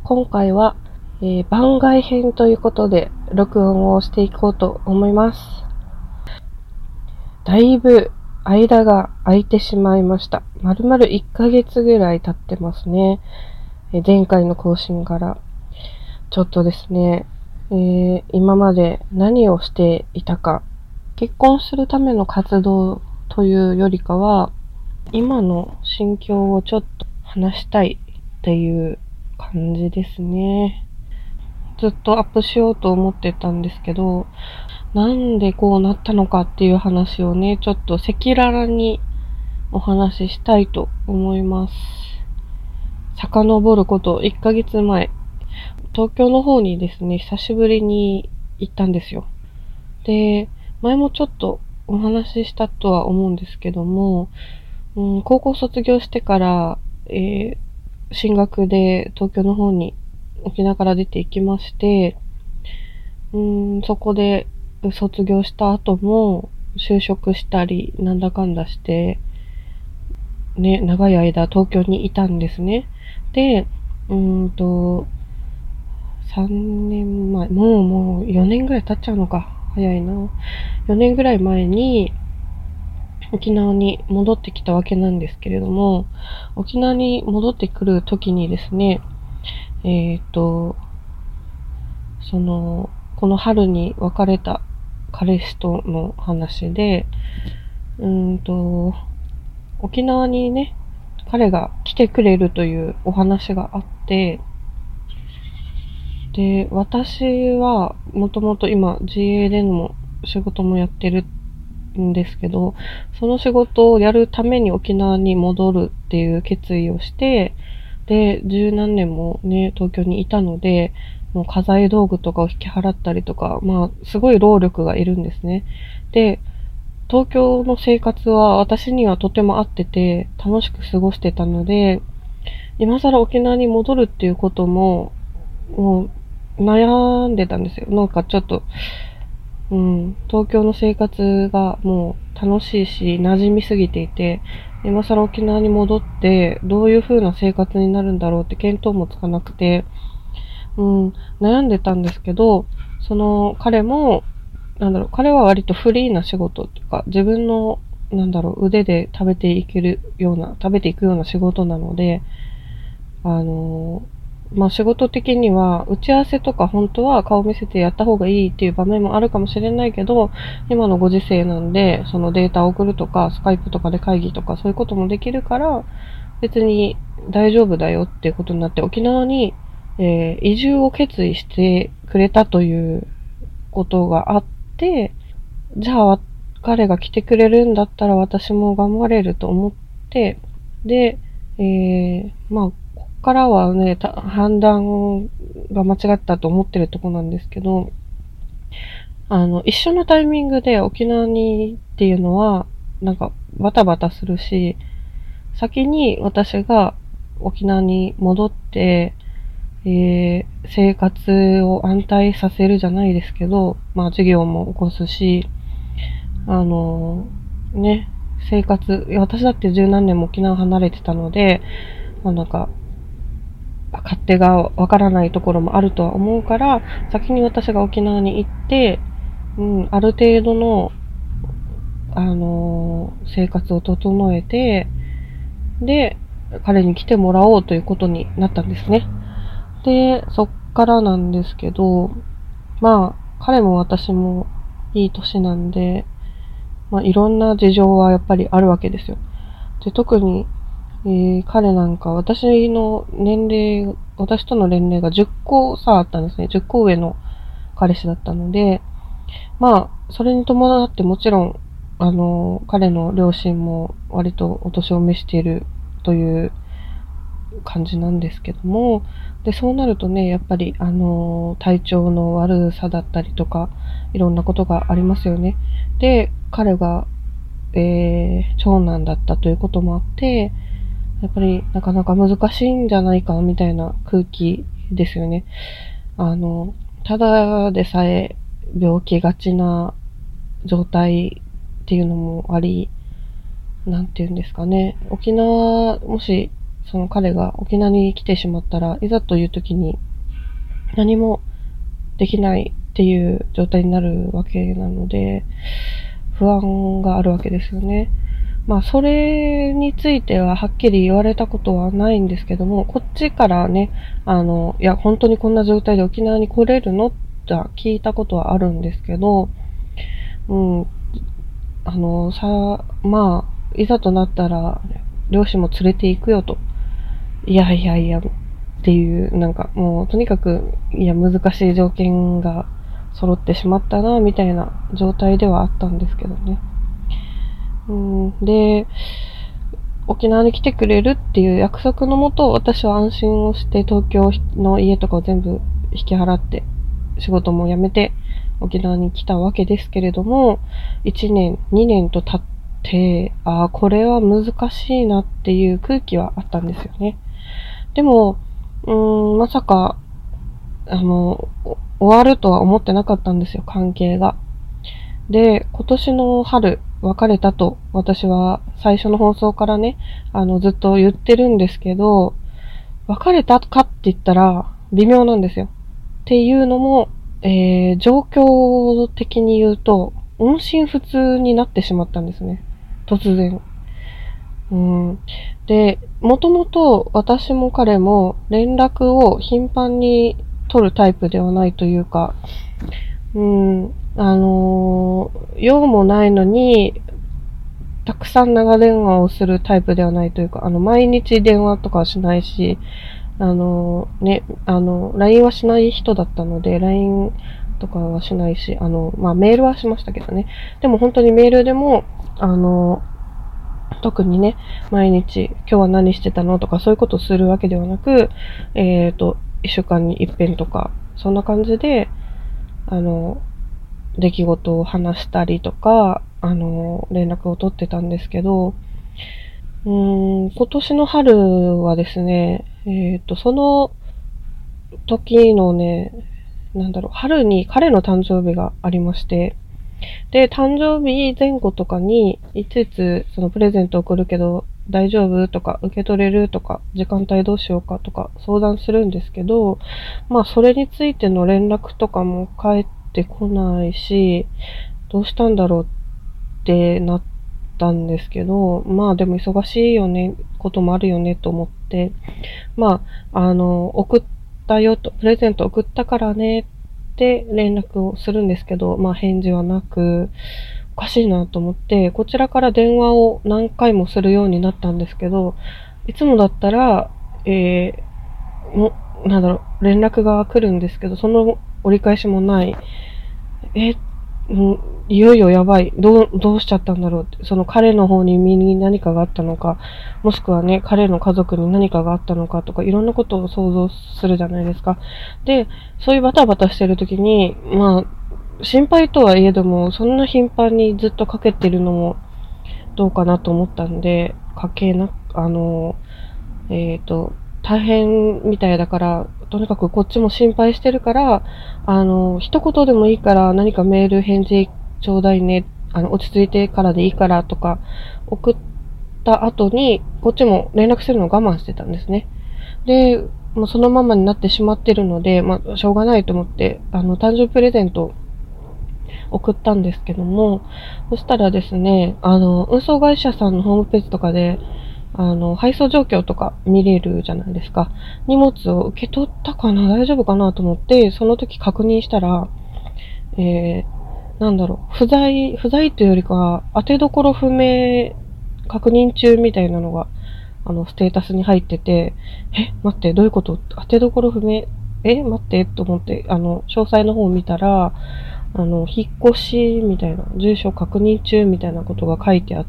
今回は、番外編ということで録音をしていこうと思います。だいぶ間が空いてしまいました。まるまる1ヶ月ぐらい経ってますね。前回の更新から。ちょっとですね、今まで何をしていたか、結婚するための活動というよりかは、今の心境をちょっと話したいっていう感じですね。ずっとアップしようと思ってたんですけど、なんでこうなったのかっていう話をね、ちょっと赤裸々にお話ししたいと思います。遡ること1ヶ月前、東京の方にですね、久しぶりに行ったんですよ。で、前もちょっとお話ししたとは思うんですけども、高校卒業してから、進学で東京の方に沖縄から出て行きまして、そこで卒業した後も就職したりなんだかんだしてね、長い間東京にいたんですね。で、3年前、もう4年ぐらい経っちゃうのか。早いな。4年ぐらい前に沖縄に戻ってきたわけなんですけれども、沖縄に戻ってくる時にですね、この春に別れた彼氏との話で、沖縄にね、彼が来てくれるというお話があって、で、私はもともと今自営での仕事もやってるんですけど、その仕事をやるために沖縄に戻るっていう決意をして、で、十何年もね、東京にいたので、もう家財道具とかを引き払ったりとか、すごい労力がいるんですね。で、東京の生活は私にはとても合ってて、楽しく過ごしてたので、今更沖縄に戻るっていうことも、もう悩んでたんですよ。なんかちょっと、東京の生活がもう楽しいし、馴染みすぎていて、今更沖縄に戻って、どういう風な生活になるんだろうって見当もつかなくて、悩んでたんですけど、その彼も、彼は割とフリーな仕事っていうか、自分の、腕で食べていくような仕事なので、仕事的には、打ち合わせとか本当は顔見せてやった方がいいっていう場面もあるかもしれないけど、今のご時世なんで、そのデータを送るとか、スカイプとかで会議とかそういうこともできるから、別に大丈夫だよっていうことになって、沖縄に、移住を決意してくれたということがあって、じゃあ彼が来てくれるんだったら私も頑張れると思って、で、こっからはね、判断が間違ったと思ってるとこなんですけど、一緒のタイミングで沖縄にっていうのは、なんかバタバタするし、先に私が沖縄に戻って、生活を安泰させるじゃないですけど、事業も起こすし、生活、私だって十何年も沖縄離れてたので、勝手がわからないところもあるとは思うから、先に私が沖縄に行って、ある程度の、生活を整えて、で、彼に来てもらおうということになったんですね。で、そっからなんですけど、彼も私もいい年なんで、いろんな事情はやっぱりあるわけですよ。で、特に、彼なんか私との年齢が10個差あったんですね。10個上の彼氏だったので、それに伴ってもちろん、彼の両親も割とお年を召しているという感じなんですけども、で、そうなるとね、やっぱり、体調の悪さだったりとか、いろんなことがありますよね。で、彼が、長男だったということもあって、やっぱりなかなか難しいんじゃないかみたいな空気ですよね。ただでさえ病気がちな状態っていうのもあり、なんていうんですかね。沖縄、もしその彼が沖縄に来てしまったら、いざという時に何もできないっていう状態になるわけなので、不安があるわけですよね。まあ、それについてははっきり言われたことはないんですけども、こっちからね、いや、本当にこんな状態で沖縄に来れるのって聞いたことはあるんですけど、うん、まあ、いざとなったら、両親も連れて行くよと。いやいやいや、っていう、なんかもう、とにかく、いや、難しい条件が揃ってしまったな、みたいな状態ではあったんですけどね。で、沖縄に来てくれるっていう約束のもと、私は安心をして東京の家とかを全部引き払って、仕事も辞めて沖縄に来たわけですけれども、1年、2年と経って、これは難しいなっていう空気はあったんですよね。でも、まさか、終わるとは思ってなかったんですよ、関係が。で、今年の春、別れたと、私は最初の放送からね、ずっと言ってるんですけど、別れたかって言ったら、微妙なんですよ。っていうのも、状況的に言うと、音信不通になってしまったんですね。突然。で、もともと私も彼も連絡を頻繁に取るタイプではないというか、用もないのに、たくさん長電話をするタイプではないというか、毎日電話とかはしないし、LINE はしない人だったので、LINE とかはしないし、メールはしましたけどね。でも本当にメールでも、特にね、毎日、今日は何してたのとかそういうことをするわけではなく、一週間に一遍とか、そんな感じで、出来事を話したりとか、連絡を取ってたんですけど、今年の春はですね、その時のね、春に彼の誕生日がありまして、で、誕生日前後とかに、いついつそのプレゼント送るけど大丈夫とか、受け取れるとか、時間帯どうしようかとか相談するんですけど、まあそれについての連絡とかも返ってこないし、どうしたんだろうってなったんですけど、まあでも忙しいよね、こともあるよねと思って、まあ、送ったよと、プレゼント送ったからねって連絡をするんですけど、まあ返事はなく、おかしいなと思って、こちらから電話を何回もするようになったんですけど、いつもだったら、連絡が来るんですけど、その折り返しもない。いよいよやばい。どうしちゃったんだろうって。その彼の方に身に何かがあったのか、もしくはね、彼の家族に何かがあったのかとか、いろんなことを想像するじゃないですか。で、そういうバタバタしてる時に、まあ、心配とはいえども、そんな頻繁にずっとかけてるのもどうかなと思ったんで、大変みたいだから、とにかくこっちも心配してるから、一言でもいいから何かメール返事ちょうだいね、落ち着いてからでいいからとか、送った後に、こっちも連絡するのを我慢してたんですね。で、もうそのままになってしまってるので、まあ、しょうがないと思って、誕生日プレゼントを送ったんですけども、そしたらですね、運送会社さんのホームページとかで、配送状況とか見れるじゃないですか。荷物を受け取ったかな大丈夫かなと思って、その時確認したら、不在というよりか、当てどころ不明確認中みたいなのが、ステータスに入ってて、待って、どういうこと？当てどころ不明？待って、と思って、詳細の方を見たら、引っ越しみたいな、住所確認中みたいなことが書いてあって、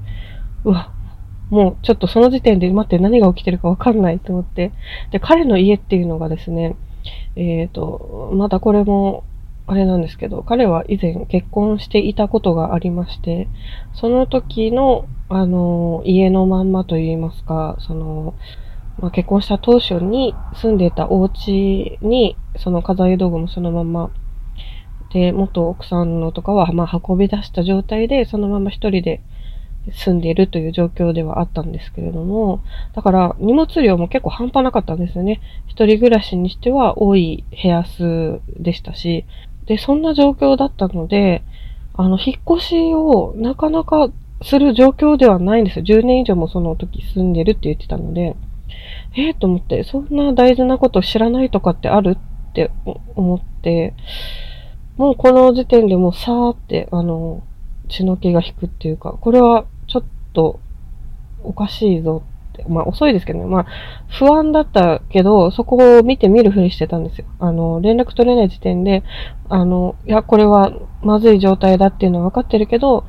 うわ、もうちょっとその時点で待って何が起きてるかわかんないと思って、で、彼の家っていうのがですね、まだこれも、あれなんですけど、彼は以前結婚していたことがありまして、その時の、家のまんまといいますか、結婚した当初に住んでいたお家に、その家財道具もそのまま、で、元奥さんのとかは、運び出した状態で、そのまま一人で、 住んでいるという状況ではあったんですけれども、だから荷物量も結構半端なかったんですよね。一人暮らしにしては多い部屋数でしたし、で、そんな状況だったので、引っ越しをなかなかする状況ではないんですよ。10年以上もその時住んでるって言ってたので、と思って、そんな大事なこと知らないとかってあるって思って、もうこの時点でもうさーって、血の気が引くっていうか、これはちょっとおかしいぞって、まあ遅いですけどね、まあ不安だったけど、そこを見て見るふりしてたんですよ。連絡取れない時点で、いや、これはまずい状態だっていうのは分かってるけど、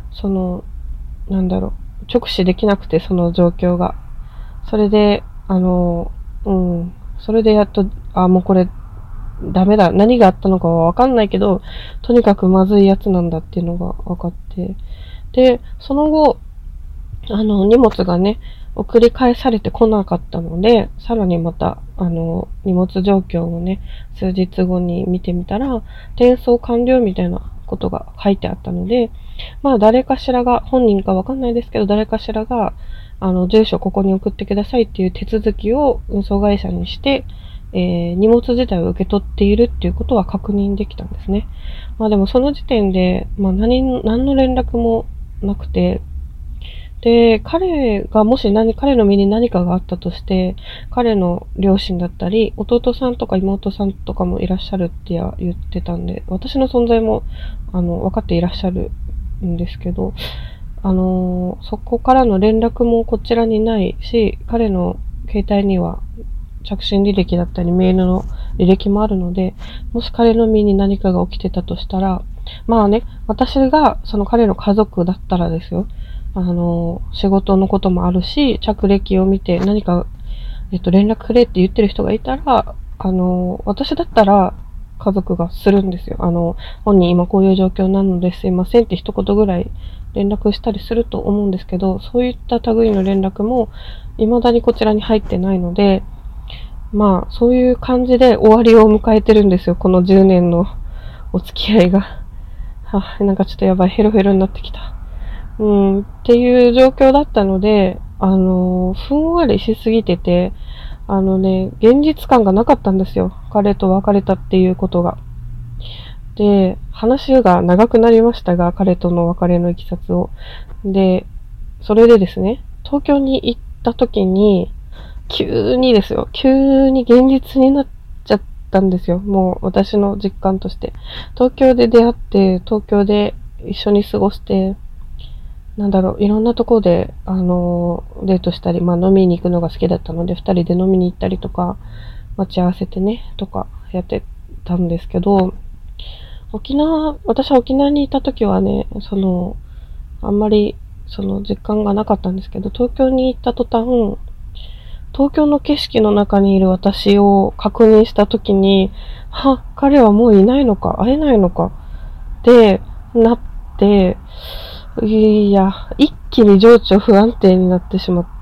直視できなくて、その状況が。それで、それでやっと、もうこれ、ダメだ。何があったのかはわかんないけど、とにかくまずいやつなんだっていうのが分かって。で、その後、荷物がね、送り返されてこなかったので、さらにまた、荷物状況をね、数日後に見てみたら、転送完了みたいなことが書いてあったので、まあ誰かしらが、本人かわかんないですけど、誰かしらが、住所ここに送ってくださいっていう手続きを運送会社にして、荷物自体を受け取っているっていうことは確認できたんですね。まあでもその時点で、まあ何の連絡もなくて、で、彼の身に何かがあったとして、彼の両親だったり、弟さんとか妹さんとかもいらっしゃるって言ってたんで、私の存在も、分かっていらっしゃるんですけど、そこからの連絡もこちらにないし、彼の携帯には着信履歴だったりメールの履歴もあるので、もし彼の身に何かが起きてたとしたら、まあね、私がその彼の家族だったらですよ、仕事のこともあるし、着歴を見て何か、連絡くれって言ってる人がいたら、私だったら家族がするんですよ。本人今こういう状況なのですいませんって一言ぐらい連絡したりすると思うんですけど、そういった類の連絡も未だにこちらに入ってないので、まあ、そういう感じで終わりを迎えてるんですよ。この10年のお付き合いが。なんかちょっとやばい、ヘロヘロになってきた。っていう状況だったので、ふんわりしすぎてて、現実感がなかったんですよ。彼と別れたっていうことが。で、話が長くなりましたが、彼との別れのいきさつを。で、それでですね、東京に行った時に、急に現実になっちゃったんですよ。もう私の実感として。東京で出会って、東京で一緒に過ごして、いろんなところで、デートしたり、まあ飲みに行くのが好きだったので、二人で飲みに行ったりとか、待ち合わせてね、とかやってたんですけど、私は沖縄にいた時はね、あんまり、実感がなかったんですけど、東京に行った途端、東京の景色の中にいる私を確認した時に、彼はもういないのか、会えないのか、ってなって、いや、一気に情緒不安定になってしまって、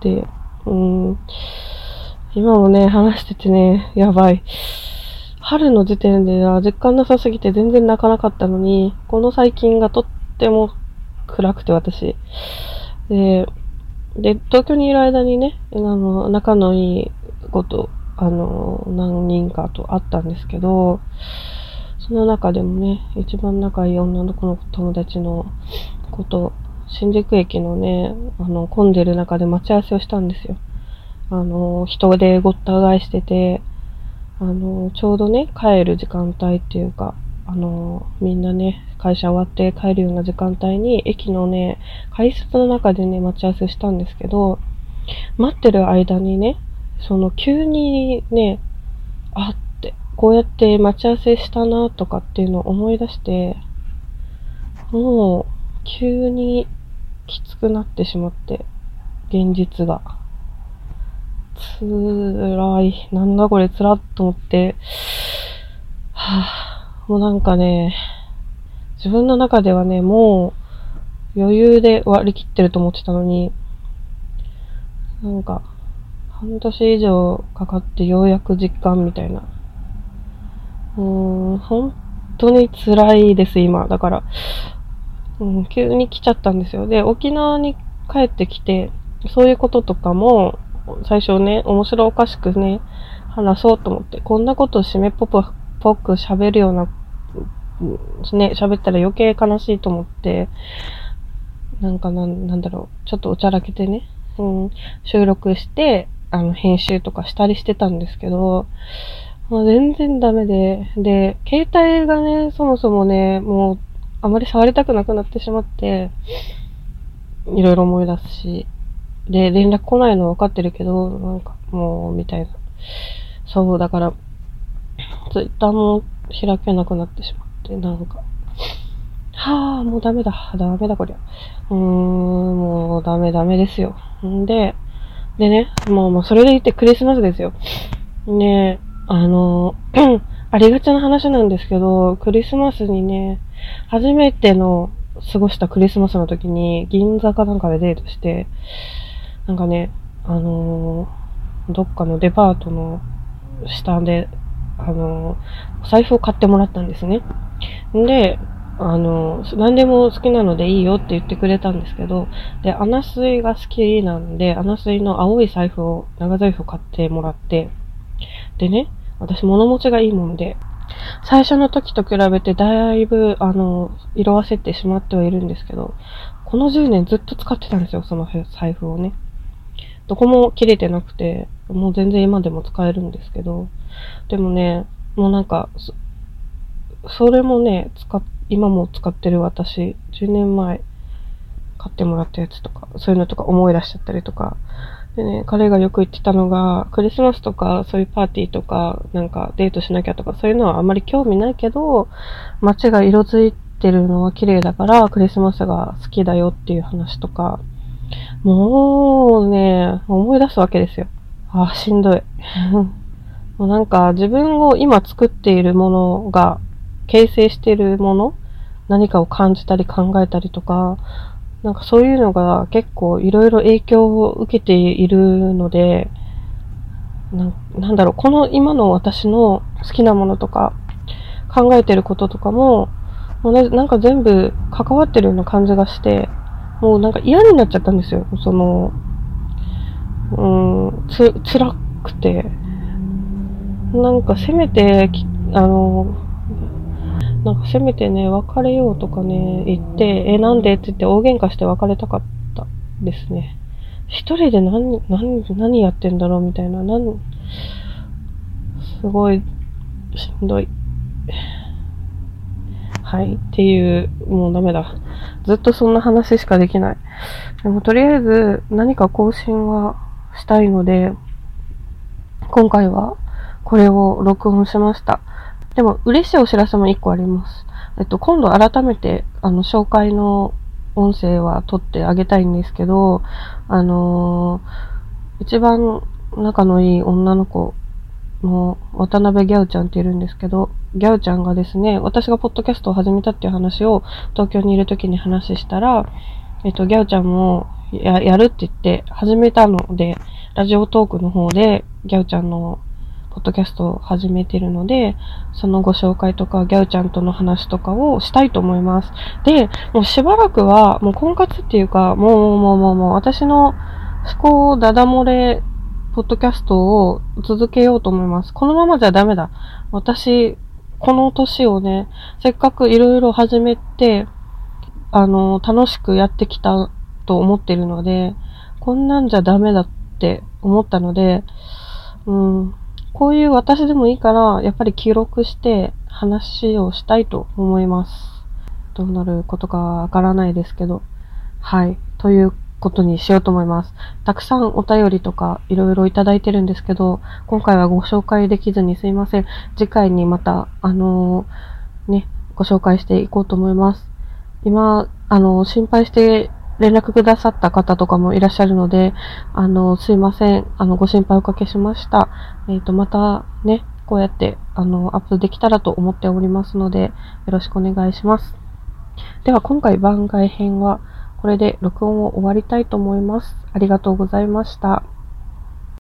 今もね、話しててね、やばい。春の時点では実感なさすぎて全然泣かなかったのに、この最近がとっても暗くて私。で、東京にいる間にね、仲のいい子と、何人かと会ったんですけど、その中でもね、一番仲いい女の子の友達の子と、新宿駅のね、混んでる中で待ち合わせをしたんですよ。人でごった返してて、ちょうどね、帰る時間帯っていうか、みんなね、会社終わって帰るような時間帯に、駅のね、改札の中でね、待ち合わせしたんですけど、待ってる間にね、急にね、こうやって待ち合わせしたなとかっていうのを思い出して、もう、急にきつくなってしまって、現実が。辛い。なんだこれ辛っと思って、もうなんかね、自分の中ではね、もう余裕で割り切ってると思ってたのに、なんか、半年以上かかってようやく実感みたいな。本当に辛いです、今。だから、急に来ちゃったんですよ。で、沖縄に帰ってきて、そういうこととかも、最初ね、面白おかしくね、話そうと思って、こんなことを締めっぽく喋るような、ね、喋ったら余計悲しいと思って、なんだろう、ちょっとおちゃらけてね、収録して、編集とかしたりしてたんですけど、もう全然ダメで、携帯がね、そもそもね、もう、あまり触りたくなくなってしまって、いろいろ思い出すし、で、連絡来ないの分かってるけど、もう、みたいな。そう、だから、ツイッターも開けなくなってしまって、もうダメだこりゃ。もうダメですよ。でね、もうそれでいてクリスマスですよ。ね、ありがちな話なんですけど、クリスマスにね、初めての過ごしたクリスマスの時に、銀座かなんかでデートして、なんかね、どっかのデパートの下で、お財布を買ってもらったんですね。で、何でも好きなのでいいよって言ってくれたんですけど、で、アナスイが好きなんで、アナスイの青い長財布を買ってもらって、でね、私物持ちがいいもんで、最初の時と比べてだいぶ、色褪せてしまってはいるんですけど、この10年ずっと使ってたんですよ、その財布をね。どこも切れてなくて、もう全然今でも使えるんですけど、でもね、もうそれもね、今も使ってる私、10年前買ってもらったやつとか、そういうのとか思い出しちゃったりとか。でね、彼がよく言ってたのが、クリスマスとか、そういうパーティーとか、デートしなきゃとか、そういうのはあんまり興味ないけど、街が色づいてるのは綺麗だから、クリスマスが好きだよっていう話とか、もうね、思い出すわけですよ。しんどい。もう自分を今作っているものが、形成しているもの、何かを感じたり考えたりとか、そういうのが結構いろいろ影響を受けているので、この今の私の好きなものとか、考えてることとかも全部関わってるような感じがして、もう嫌になっちゃったんですよ。辛くて。せめて、せめてね、別れようとかね、言って、なんでって言って大喧嘩して別れたかったですね。一人で何やってんだろうみたいな、すごい、しんどい。はい、っていう、もうダメだ。ずっとそんな話しかできない。でもとりあえず何か更新はしたいので、今回はこれを録音しました。でも嬉しいお知らせも1個あります。今度改めて紹介の音声は撮ってあげたいんですけど、一番仲のいい女の子の渡辺ギャウちゃんっているんですけど、ギャウちゃんがですね、私がポッドキャストを始めたっていう話を東京にいる時に話したら、ギャウちゃんもやるって言って始めたので、ラジオトークの方でギャウちゃんのポッドキャストを始めてるので、そのご紹介とかギャウちゃんとの話とかをしたいと思います。で、もうしばらくは、もう婚活っていうか、もう私の思考ダダ漏れポッドキャストを続けようと思います。このままじゃダメだ。私、この年をね、せっかくいろいろ始めて、楽しくやってきたと思ってるので、こんなんじゃダメだって思ったので、こういう私でもいいから、やっぱり記録して話をしたいと思います。どうなることかわからないですけど。はい。ということにしようと思います。たくさんお便りとかいろいろいただいてるんですけど、今回はご紹介できずにすいません。次回にまた、ご紹介していこうと思います。今、心配して連絡くださった方とかもいらっしゃるので、すいません。ご心配おかけしました。またね、こうやって、アップできたらと思っておりますので、よろしくお願いします。では、今回番外編は、これで録音を終わりたいと思います。ありがとうございました。